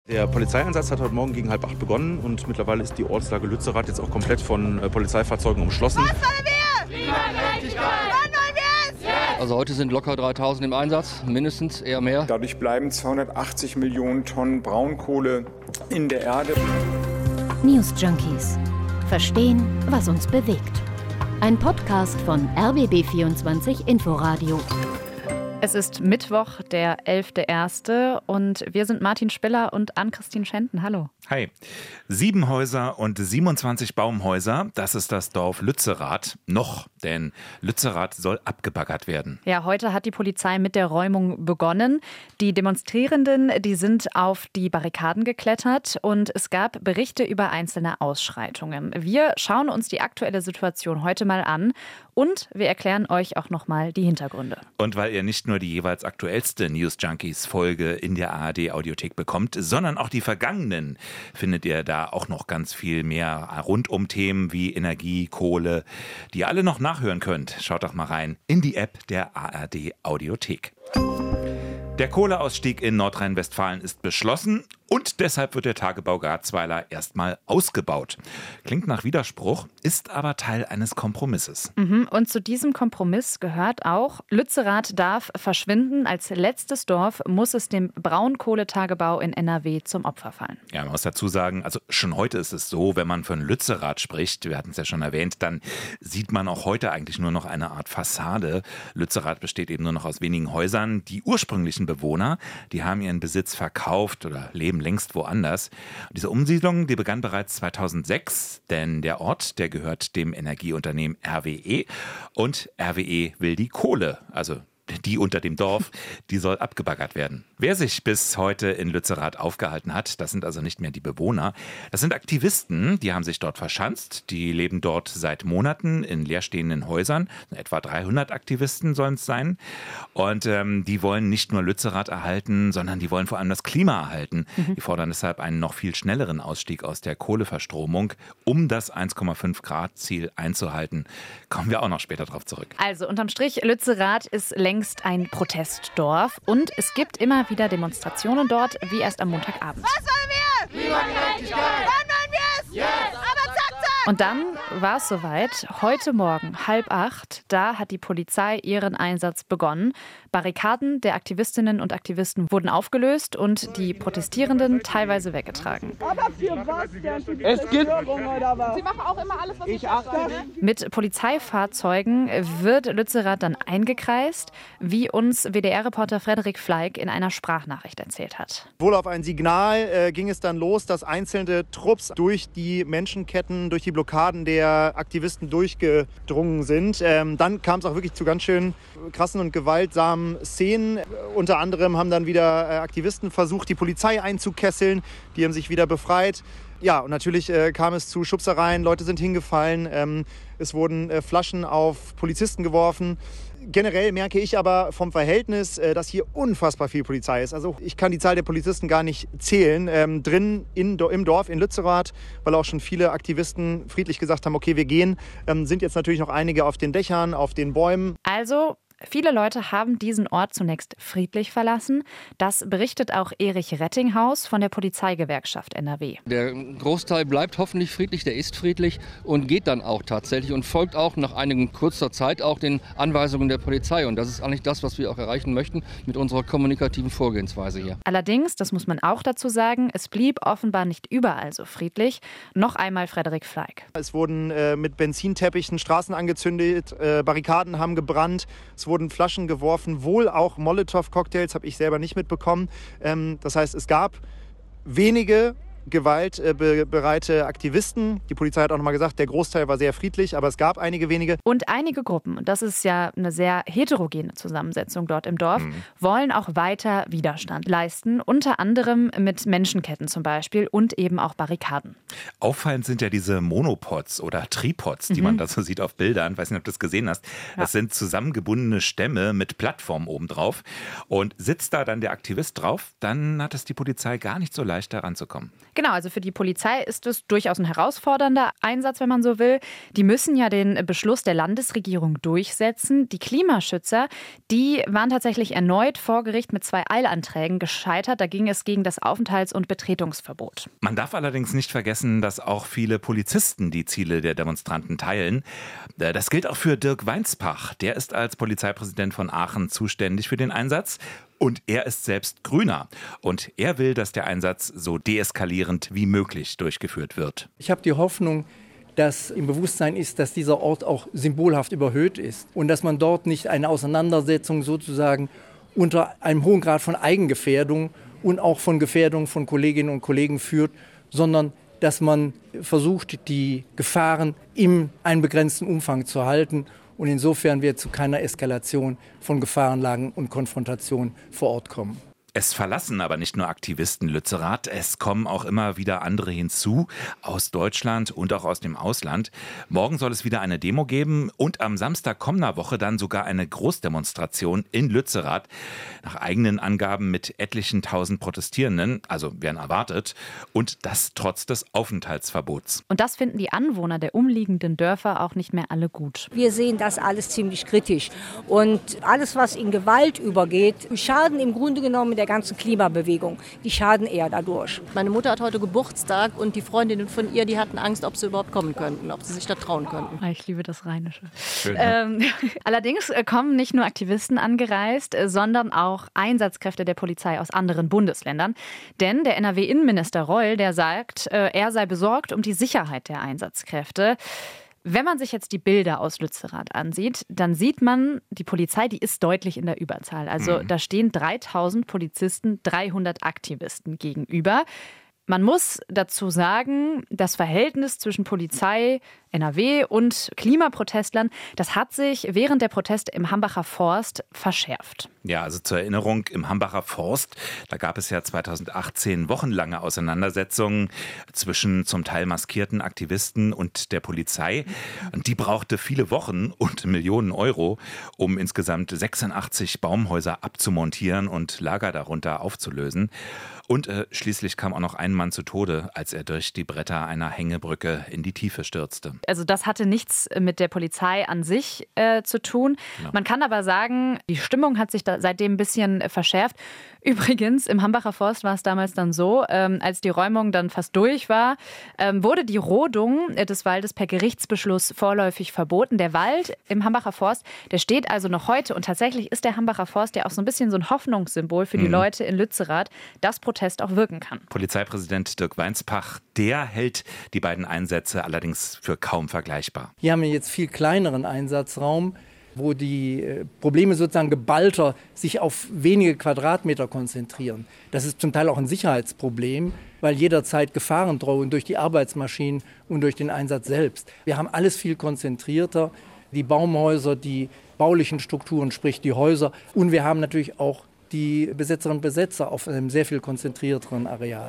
Der Polizeieinsatz hat heute Morgen gegen 7:30 begonnen und mittlerweile ist die Ortslage Lützerath jetzt auch komplett von Polizeifahrzeugen umschlossen. Was wollen wir? Klimagerechtigkeit! Wann wollen wir es? Jetzt! Also heute sind locker 3000 im Einsatz, mindestens, eher mehr. Dadurch bleiben 280 Millionen Tonnen Braunkohle in der Erde. News Junkies. Verstehen, was uns bewegt. Ein Podcast von RBB24 Inforadio. Es ist Mittwoch, der 11.01. und wir sind Martin Spiller und Ann-Christine Schenten. Hallo. Hi. 7 Häuser und 27 Baumhäuser, das ist das Dorf Lützerath. Noch, denn Lützerath soll abgebaggert werden. Ja, heute hat die Polizei mit der Räumung begonnen. Die Demonstrierenden, die sind auf die Barrikaden geklettert und es gab Berichte über einzelne Ausschreitungen. Wir schauen uns die aktuelle Situation heute mal an und wir erklären euch auch nochmal die Hintergründe. Und weil ihr nicht nur die jeweils aktuellste News Junkies Folge in der ARD Audiothek bekommt, sondern auch die vergangenen, findet ihr da auch noch ganz viel mehr rund um Themen wie Energie, Kohle, die ihr alle noch nachhören könnt. Schaut doch mal rein in die App der ARD Audiothek. Der Kohleausstieg in Nordrhein-Westfalen ist beschlossen und deshalb wird der Tagebau Garzweiler erstmal ausgebaut. Klingt nach Widerspruch, ist aber Teil eines Kompromisses. Und zu diesem Kompromiss gehört auch, Lützerath darf verschwinden. Als letztes Dorf muss es dem Braunkohletagebau in NRW zum Opfer fallen. Ja, man muss dazu sagen, also schon heute ist es so, wenn man von Lützerath spricht, wir hatten es ja schon erwähnt, dann sieht man auch heute eigentlich nur noch eine Art Fassade. Lützerath besteht eben nur noch aus wenigen Häusern. Die ursprünglichen Bewohner, die haben ihren Besitz verkauft oder leben längst woanders. Und diese Umsiedlung, die begann bereits 2006, denn der Ort, der gehört dem Energieunternehmen RWE und RWE will die Kohle, also die unter dem Dorf, die soll abgebaggert werden. Wer sich bis heute in Lützerath aufgehalten hat, das sind also nicht mehr die Bewohner, das sind Aktivisten, die haben sich dort verschanzt, die leben dort seit Monaten in leerstehenden Häusern, etwa 300 Aktivisten sollen es sein und die wollen nicht nur Lützerath erhalten, sondern die wollen vor allem das Klima erhalten. Die fordern deshalb einen noch viel schnelleren Ausstieg aus der Kohleverstromung, um das 1,5 Grad Ziel einzuhalten. Kommen wir auch noch später drauf zurück. Also unterm Strich, Lützerath ist längst ein Protestdorf und es gibt immer wieder Demonstrationen dort, wie erst am Montagabend. Was wollen wir? Klimagerechtigkeit! Wann wollen wir es? Jetzt! Aber zack, zack! Und dann war es soweit. Heute Morgen 7:30, da hat die Polizei ihren Einsatz begonnen. Barrikaden der Aktivistinnen und Aktivisten wurden aufgelöst und die Protestierenden teilweise weggetragen. Aber für was denn? Es gibt oder was? Sie machen auch immer alles, was Ich achte. Mit Polizeifahrzeugen wird Lützerath dann eingekreist, wie uns WDR-Reporter Frederik Fleig in einer Sprachnachricht erzählt hat. Wohl auf ein Signal ging es dann los, dass einzelne Trupps durch die Menschenketten, durch die Blockaden der Aktivisten durchgedrungen sind. Dann kam es auch wirklich zu ganz schön krassen und gewaltsamen Szenen. Unter anderem haben dann wieder Aktivisten versucht, die Polizei einzukesseln. Die haben sich wieder befreit. Ja, und natürlich kam es zu Schubsereien, Leute sind hingefallen, es wurden Flaschen auf Polizisten geworfen. Generell merke ich aber vom Verhältnis, dass hier unfassbar viel Polizei ist. Also ich kann die Zahl der Polizisten gar nicht zählen. Drin im Dorf in Lützerath, weil auch schon viele Aktivisten friedlich gesagt haben, okay, wir gehen, sind jetzt natürlich noch einige auf den Dächern, auf den Bäumen. Also viele Leute haben diesen Ort zunächst friedlich verlassen. Das berichtet auch Erich Rettinghaus von der Polizeigewerkschaft NRW. Der Großteil bleibt hoffentlich friedlich, der ist friedlich und geht dann auch tatsächlich und folgt auch nach einigen kurzer Zeit auch den Anweisungen der Polizei. Und das ist eigentlich das, was wir auch erreichen möchten mit unserer kommunikativen Vorgehensweise hier. Allerdings, das muss man auch dazu sagen, es blieb offenbar nicht überall so friedlich. Noch einmal Frederik Fleig. Es wurden mit Benzinteppichen Straßen angezündet, Barrikaden haben gebrannt, es wurden Flaschen geworfen, wohl auch Molotow-Cocktails, habe ich selber nicht mitbekommen. Das heißt, es gab wenige gewaltbereite Aktivisten. Die Polizei hat auch nochmal gesagt, der Großteil war sehr friedlich, aber es gab einige wenige. Und einige Gruppen, und das ist ja eine sehr heterogene Zusammensetzung dort im Dorf, wollen auch weiter Widerstand leisten, unter anderem mit Menschenketten zum Beispiel und eben auch Barrikaden. Auffallend sind ja diese Monopods oder Tripods, die man da so sieht auf Bildern. Ich weiß nicht, ob du das gesehen hast. Ja. Das sind zusammengebundene Stämme mit Plattformen obendrauf. Und sitzt da dann der Aktivist drauf, dann hat es die Polizei gar nicht so leicht, da ranzukommen. Genau, also für die Polizei ist es durchaus ein herausfordernder Einsatz, wenn man so will. Die müssen ja den Beschluss der Landesregierung durchsetzen. Die Klimaschützer, die waren tatsächlich erneut vor Gericht mit 2 Eilanträgen gescheitert. Da ging es gegen das Aufenthalts- und Betretungsverbot. Man darf allerdings nicht vergessen, dass auch viele Polizisten die Ziele der Demonstranten teilen. Das gilt auch für Dirk Weinsbach. Der ist als Polizeipräsident von Aachen zuständig für den Einsatz. Und er ist selbst Grüner. Und er will, dass der Einsatz so deeskalierend wie möglich durchgeführt wird. Ich habe die Hoffnung, dass im Bewusstsein ist, dass dieser Ort auch symbolhaft überhöht ist. Und dass man dort nicht eine Auseinandersetzung sozusagen unter einem hohen Grad von Eigengefährdung und auch von Gefährdung von Kolleginnen und Kollegen führt, sondern dass man versucht, die Gefahren in einem begrenzten Umfang zu halten. Und insofern wird zu keiner Eskalation von Gefahrenlagen und Konfrontation vor Ort kommen. Es verlassen aber nicht nur Aktivisten Lützerath, es kommen auch immer wieder andere hinzu, aus Deutschland und auch aus dem Ausland. Morgen soll es wieder eine Demo geben und am Samstag kommender Woche dann sogar eine Großdemonstration in Lützerath. Nach eigenen Angaben mit etlichen 1000 Protestierenden, also werden erwartet, und das trotz des Aufenthaltsverbots. Und das finden die Anwohner der umliegenden Dörfer auch nicht mehr alle gut. Wir sehen das alles ziemlich kritisch und alles, was in Gewalt übergeht, schaden im Grunde genommen der ganzen Klimabewegung. Die schaden eher dadurch. Meine Mutter hat heute Geburtstag und die Freundinnen von ihr, die hatten Angst, ob sie überhaupt kommen könnten, ob sie sich da trauen könnten. Ich liebe das Rheinische. Schön, ne? Allerdings kommen nicht nur Aktivisten angereist, sondern auch Einsatzkräfte der Polizei aus anderen Bundesländern. Denn der NRW-Innenminister Reul, der sagt, er sei besorgt um die Sicherheit der Einsatzkräfte. Wenn man sich jetzt die Bilder aus Lützerath ansieht, dann sieht man, die Polizei, die ist deutlich in der Überzahl. Also da stehen 3000 Polizisten, 300 Aktivisten gegenüber. Man muss dazu sagen, das Verhältnis zwischen Polizei, NRW und Klimaprotestlern, das hat sich während der Proteste im Hambacher Forst verschärft. Ja, also zur Erinnerung, im Hambacher Forst, da gab es ja 2018 wochenlange Auseinandersetzungen zwischen zum Teil maskierten Aktivisten und der Polizei. Und die brauchte viele Wochen und Millionen Euro, um insgesamt 86 Baumhäuser abzumontieren und Lager darunter aufzulösen. Und schließlich kam auch noch ein Mann zu Tode, als er durch die Bretter einer Hängebrücke in die Tiefe stürzte. Also das hatte nichts mit der Polizei an sich zu tun. Genau. Man kann aber sagen, die Stimmung hat sich da seitdem ein bisschen verschärft. Übrigens, im Hambacher Forst war es damals dann so, als die Räumung dann fast durch war, wurde die Rodung des Waldes per Gerichtsbeschluss vorläufig verboten. Der Wald im Hambacher Forst, der steht also noch heute. Und tatsächlich ist der Hambacher Forst ja auch so ein bisschen so ein Hoffnungssymbol für die Leute in Lützerath, dass Protest auch wirken kann. Polizeipräsident Dirk Weinsbach, der hält die beiden Einsätze allerdings für kaum vergleichbar. Hier haben wir jetzt viel kleineren Einsatzraum, wo die Probleme sozusagen geballter sich auf wenige Quadratmeter konzentrieren. Das ist zum Teil auch ein Sicherheitsproblem, weil jederzeit Gefahren drohen durch die Arbeitsmaschinen und durch den Einsatz selbst. Wir haben alles viel konzentrierter, die Baumhäuser, die baulichen Strukturen, sprich die Häuser. Und wir haben natürlich auch die Besetzerinnen und Besetzer auf einem sehr viel konzentrierteren Areal.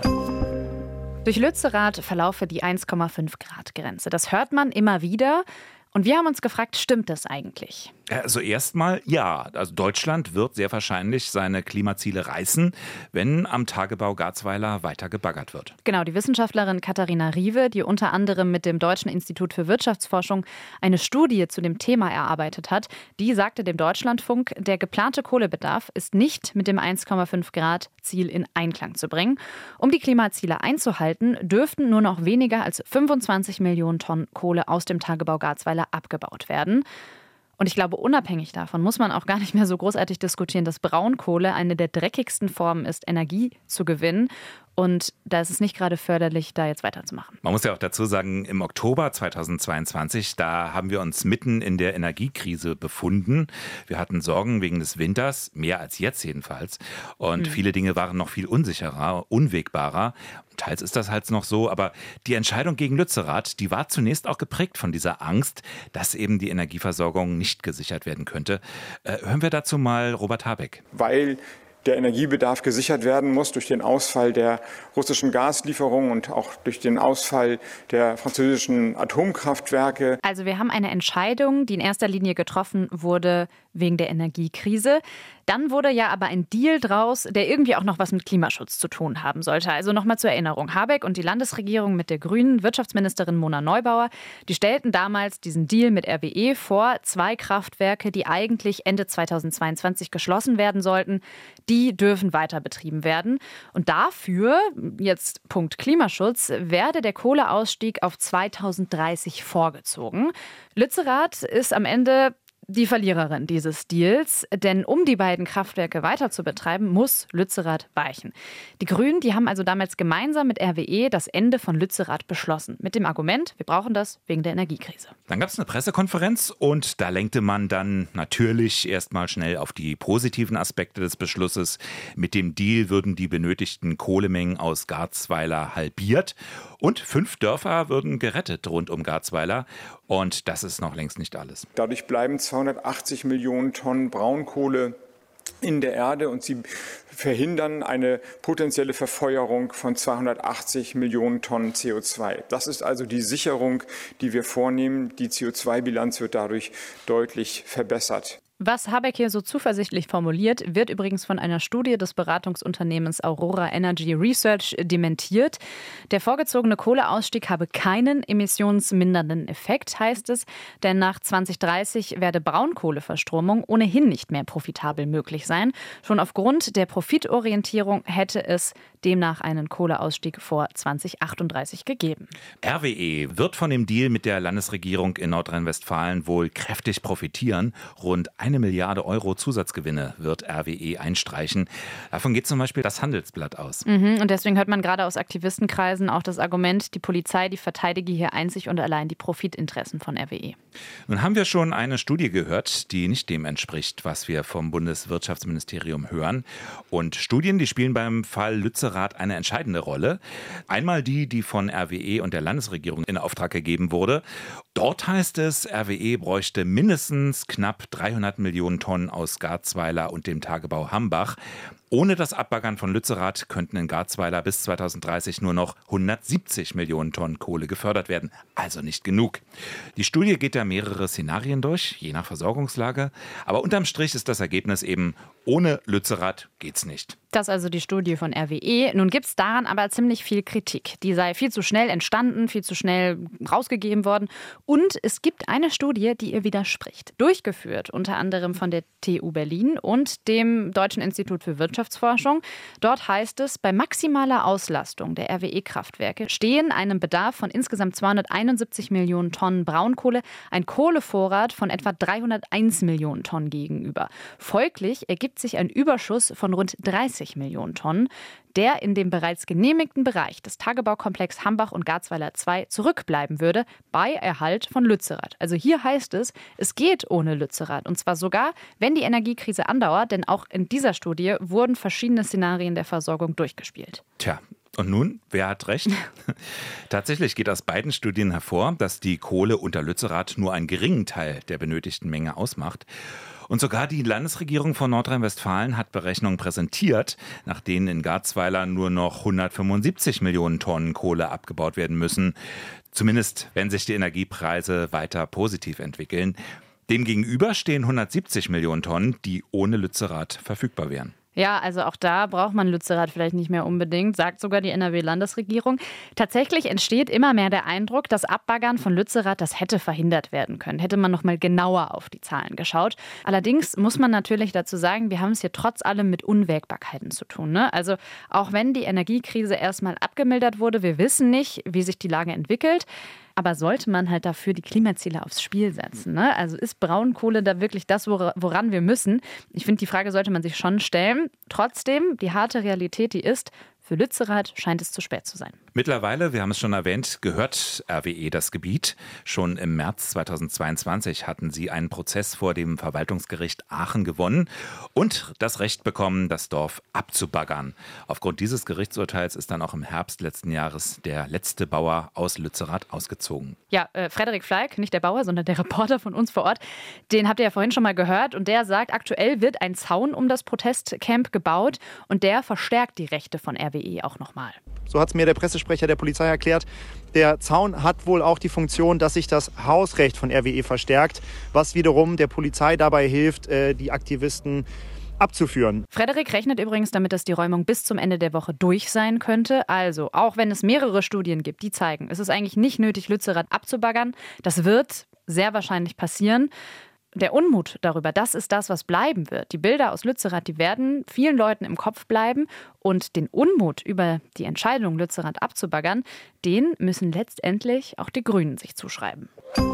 Durch Lützerath verlaufe die 1,5 Grad Grenze. Das hört man immer wieder. Und wir haben uns gefragt, stimmt das eigentlich? Also erstmal ja. Also Deutschland wird sehr wahrscheinlich seine Klimaziele reißen, wenn am Tagebau Garzweiler weiter gebaggert wird. Genau, die Wissenschaftlerin Katharina Riewe, die unter anderem mit dem Deutschen Institut für Wirtschaftsforschung eine Studie zu dem Thema erarbeitet hat, die sagte dem Deutschlandfunk, der geplante Kohlebedarf ist nicht mit dem 1,5 Grad Ziel in Einklang zu bringen. Um die Klimaziele einzuhalten, dürften nur noch weniger als 25 Millionen Tonnen Kohle aus dem Tagebau Garzweiler abgebaut werden. Und ich glaube, unabhängig davon muss man auch gar nicht mehr so großartig diskutieren, dass Braunkohle eine der dreckigsten Formen ist, Energie zu gewinnen. Und da ist es nicht gerade förderlich, da jetzt weiterzumachen. Man muss ja auch dazu sagen, im Oktober 2022, da haben wir uns mitten in der Energiekrise befunden. Wir hatten Sorgen wegen des Winters, mehr als jetzt jedenfalls. Und viele Dinge waren noch viel unsicherer, unwägbarer. Teils ist das halt noch so, aber die Entscheidung gegen Lützerath, die war zunächst auch geprägt von dieser Angst, dass eben die Energieversorgung nicht gesichert werden könnte. Hören wir dazu mal Robert Habeck. Weil der Energiebedarf gesichert werden muss durch den Ausfall der russischen Gaslieferungen und auch durch den Ausfall der französischen Atomkraftwerke. Also wir haben eine Entscheidung, die in erster Linie getroffen wurde wegen der Energiekrise. Dann wurde ja aber ein Deal draus, der irgendwie auch noch was mit Klimaschutz zu tun haben sollte. Also nochmal zur Erinnerung. Habeck und die Landesregierung mit der grünen Wirtschaftsministerin Mona Neubauer, die stellten damals diesen Deal mit RWE vor. 2 Kraftwerke, die eigentlich Ende 2022 geschlossen werden sollten, die dürfen weiter betrieben werden. Und dafür, jetzt Punkt Klimaschutz, werde der Kohleausstieg auf 2030 vorgezogen. Lützerath ist am Ende die Verliererin dieses Deals, denn um die beiden Kraftwerke weiter zu betreiben, muss Lützerath weichen. Die Grünen, die haben also damals gemeinsam mit RWE das Ende von Lützerath beschlossen. Mit dem Argument, wir brauchen das wegen der Energiekrise. Dann gab es eine Pressekonferenz und da lenkte man dann natürlich erstmal schnell auf die positiven Aspekte des Beschlusses. Mit dem Deal würden die benötigten Kohlemengen aus Garzweiler halbiert und 5 Dörfer würden gerettet rund um Garzweiler. Und das ist noch längst nicht alles. Dadurch bleiben 280 Millionen Tonnen Braunkohle in der Erde und sie verhindern eine potenzielle Verfeuerung von 280 Millionen Tonnen CO2. Das ist also die Sicherung, die wir vornehmen. Die CO2-Bilanz wird dadurch deutlich verbessert. Was Habeck hier so zuversichtlich formuliert, wird übrigens von einer Studie des Beratungsunternehmens Aurora Energy Research dementiert. Der vorgezogene Kohleausstieg habe keinen emissionsmindernden Effekt, heißt es, denn nach 2030 werde Braunkohleverstromung ohnehin nicht mehr profitabel möglich sein. Schon aufgrund der Profitorientierung hätte es demnach einen Kohleausstieg vor 2038 gegeben. RWE wird von dem Deal mit der Landesregierung in Nordrhein-Westfalen wohl kräftig profitieren. Rund 1 Milliarde Euro Zusatzgewinne wird RWE einstreichen. Davon geht zum Beispiel das Handelsblatt aus. Und deswegen hört man gerade aus Aktivistenkreisen auch das Argument, die Polizei, die verteidige hier einzig und allein die Profitinteressen von RWE. Nun haben wir schon eine Studie gehört, die nicht dem entspricht, was wir vom Bundeswirtschaftsministerium hören. Und Studien, die spielen beim Fall Lützerath eine entscheidende Rolle. Einmal die von RWE und der Landesregierung in Auftrag gegeben wurde. Dort heißt es, RWE bräuchte mindestens knapp 300 Millionen Tonnen aus Garzweiler und dem Tagebau Hambach. Ohne das Abbaggern von Lützerath könnten in Garzweiler bis 2030 nur noch 170 Millionen Tonnen Kohle gefördert werden. Also nicht genug. Die Studie geht da mehrere Szenarien durch, je nach Versorgungslage. Aber unterm Strich ist das Ergebnis eben, ohne Lützerath geht's nicht. Das ist also die Studie von RWE. Nun gibt es daran aber ziemlich viel Kritik. Die sei viel zu schnell entstanden, viel zu schnell rausgegeben worden. Und es gibt eine Studie, die ihr widerspricht. Durchgeführt unter anderem von der TU Berlin und dem Deutschen Institut für Wirtschaftsforschung. Dort heißt es, bei maximaler Auslastung der RWE-Kraftwerke stehen einem Bedarf von insgesamt 271 Millionen Tonnen Braunkohle ein Kohlevorrat von etwa 301 Millionen Tonnen gegenüber. Folglich ergibt sich ein Überschuss von rund 30 Millionen Tonnen, der in dem bereits genehmigten Bereich des Tagebaukomplex Hambach und Garzweiler 2 zurückbleiben würde, bei Erhalt von Lützerath. Also hier heißt es, es geht ohne Lützerath. Und zwar sogar, wenn die Energiekrise andauert, denn auch in dieser Studie wurden verschiedene Szenarien der Versorgung durchgespielt. Tja. Und nun, wer hat recht? Tatsächlich geht aus beiden Studien hervor, dass die Kohle unter Lützerath nur einen geringen Teil der benötigten Menge ausmacht. Und sogar die Landesregierung von Nordrhein-Westfalen hat Berechnungen präsentiert, nach denen in Garzweiler nur noch 175 Millionen Tonnen Kohle abgebaut werden müssen. Zumindest, wenn sich die Energiepreise weiter positiv entwickeln. Demgegenüber stehen 170 Millionen Tonnen, die ohne Lützerath verfügbar wären. Ja, also auch da braucht man Lützerath vielleicht nicht mehr unbedingt, sagt sogar die NRW-Landesregierung. Tatsächlich entsteht immer mehr der Eindruck, das Abbaggern von Lützerath, das hätte verhindert werden können. Hätte man noch mal genauer auf die Zahlen geschaut. Allerdings muss man natürlich dazu sagen, wir haben es hier trotz allem mit Unwägbarkeiten zu tun, ne? Also auch wenn die Energiekrise erstmal abgemildert wurde, wir wissen nicht, wie sich die Lage entwickelt. Aber sollte man halt dafür die Klimaziele aufs Spiel setzen, ne? Also ist Braunkohle da wirklich das, woran wir müssen? Ich finde, die Frage sollte man sich schon stellen. Trotzdem, die harte Realität, die ist, für Lützerath scheint es zu spät zu sein. Mittlerweile, wir haben es schon erwähnt, gehört RWE das Gebiet. Schon im März 2022 hatten sie einen Prozess vor dem Verwaltungsgericht Aachen gewonnen und das Recht bekommen, das Dorf abzubaggern. Aufgrund dieses Gerichtsurteils ist dann auch im Herbst letzten Jahres der letzte Bauer aus Lützerath ausgezogen. Ja, Frederik Fleig, nicht der Bauer, sondern der Reporter von uns vor Ort, den habt ihr ja vorhin schon mal gehört und der sagt, aktuell wird ein Zaun um das Protestcamp gebaut und der verstärkt die Rechte von RWE auch nochmal. So hat es mir der Pressesprecher Pressesprecher der Polizei erklärt, der Zaun hat wohl auch die Funktion, dass sich das Hausrecht von RWE verstärkt, was wiederum der Polizei dabei hilft, die Aktivisten abzuführen. Frederik rechnet übrigens damit, dass die Räumung bis zum Ende der Woche durch sein könnte. Also, auch wenn es mehrere Studien gibt, die zeigen, es ist eigentlich nicht nötig, Lützerath abzubaggern. Das wird sehr wahrscheinlich passieren. Der Unmut darüber, das ist das, was bleiben wird. Die Bilder aus Lützerath, die werden vielen Leuten im Kopf bleiben. Und den Unmut über die Entscheidung, Lützerath abzubaggern, den müssen letztendlich auch die Grünen sich zuschreiben.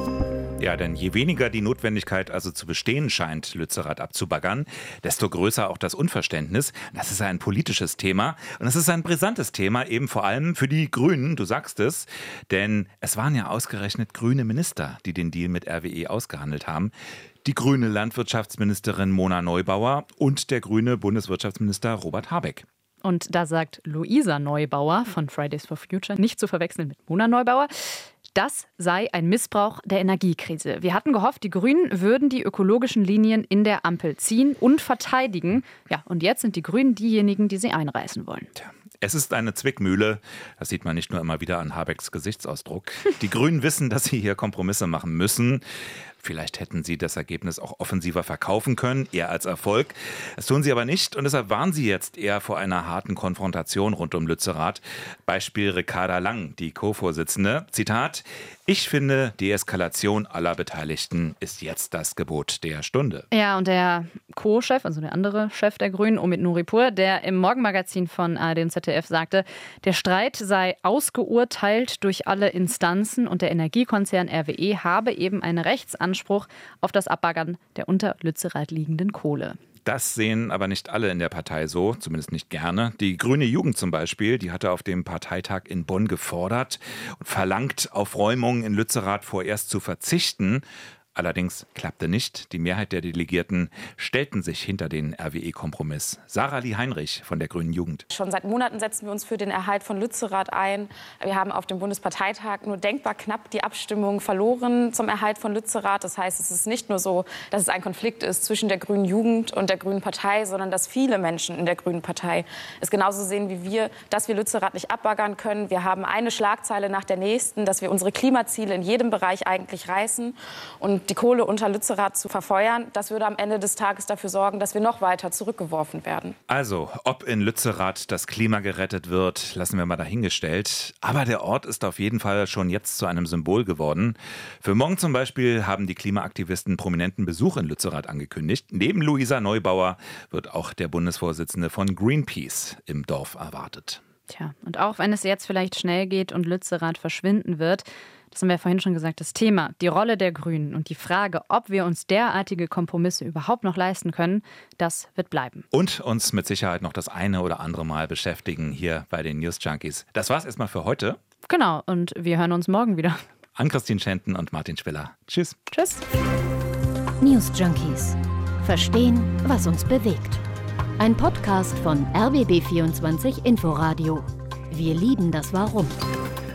Ja, denn je weniger die Notwendigkeit also zu bestehen scheint, Lützerath abzubaggern, desto größer auch das Unverständnis. Das ist ein politisches Thema und es ist ein brisantes Thema, eben vor allem für die Grünen, du sagst es. Denn es waren ja ausgerechnet grüne Minister, die den Deal mit RWE ausgehandelt haben. Die grüne Landwirtschaftsministerin Mona Neubauer und der grüne Bundeswirtschaftsminister Robert Habeck. Und da sagt Luisa Neubauer von Fridays for Future, nicht zu verwechseln mit Mona Neubauer, das sei ein Missbrauch der Energiekrise. Wir hatten gehofft, die Grünen würden die ökologischen Linien in der Ampel ziehen und verteidigen. Ja, und jetzt sind die Grünen diejenigen, die sie einreißen wollen. Es ist eine Zwickmühle. Das sieht man nicht nur immer wieder an Habecks Gesichtsausdruck. Die Grünen wissen, dass sie hier Kompromisse machen müssen. Vielleicht hätten sie das Ergebnis auch offensiver verkaufen können, eher als Erfolg. Das tun sie aber nicht und deshalb waren sie jetzt eher vor einer harten Konfrontation rund um Lützerath. Beispiel Ricarda Lang, die Co-Vorsitzende. Zitat: Ich finde, Deeskalation aller Beteiligten ist jetzt das Gebot der Stunde. Ja, und der Co-Chef, also der andere Chef der Grünen, Omid Nuripur, der im Morgenmagazin von ARD und ZDF sagte, der Streit sei ausgeurteilt durch alle Instanzen und der Energiekonzern RWE habe eben einen Rechtsanspruch auf das Abbaggern der unter Lützerath liegenden Kohle. Das sehen aber nicht alle in der Partei so, zumindest nicht gerne. Die Grüne Jugend zum Beispiel, die hatte auf dem Parteitag in Bonn gefordert und verlangt, auf Räumungen in Lützerath vorerst zu verzichten. Allerdings klappte nicht. Die Mehrheit der Delegierten stellten sich hinter den RWE-Kompromiss. Sarah Lie Heinrich von der Grünen Jugend. Schon seit Monaten setzen wir uns für den Erhalt von Lützerath ein. Wir haben auf dem Bundesparteitag nur denkbar knapp die Abstimmung verloren zum Erhalt von Lützerath. Das heißt, es ist nicht nur so, dass es ein Konflikt ist zwischen der Grünen Jugend und der Grünen Partei, sondern dass viele Menschen in der Grünen Partei es genauso sehen wie wir, dass wir Lützerath nicht abbaggern können. Wir haben eine Schlagzeile nach der nächsten, dass wir unsere Klimaziele in jedem Bereich eigentlich reißen. Und die Kohle unter Lützerath zu verfeuern, das würde am Ende des Tages dafür sorgen, dass wir noch weiter zurückgeworfen werden. Also, ob in Lützerath das Klima gerettet wird, lassen wir mal dahingestellt. Aber der Ort ist auf jeden Fall schon jetzt zu einem Symbol geworden. Für morgen zum Beispiel haben die Klimaaktivisten prominenten Besuch in Lützerath angekündigt. Neben Luisa Neubauer wird auch der Bundesvorsitzende von Greenpeace im Dorf erwartet. Tja, und auch wenn es jetzt vielleicht schnell geht und Lützerath verschwinden wird, das haben wir ja vorhin schon gesagt, das Thema, die Rolle der Grünen und die Frage, ob wir uns derartige Kompromisse überhaupt noch leisten können, das wird bleiben. Und uns mit Sicherheit noch das eine oder andere Mal beschäftigen hier bei den News Junkies. Das war's erstmal für heute. Genau, und wir hören uns morgen wieder. Ann-Christine Schenten und Martin Spiller. Tschüss. Tschüss. News Junkies. Verstehen, was uns bewegt. Ein Podcast von RBB24 Inforadio. Wir lieben das Warum.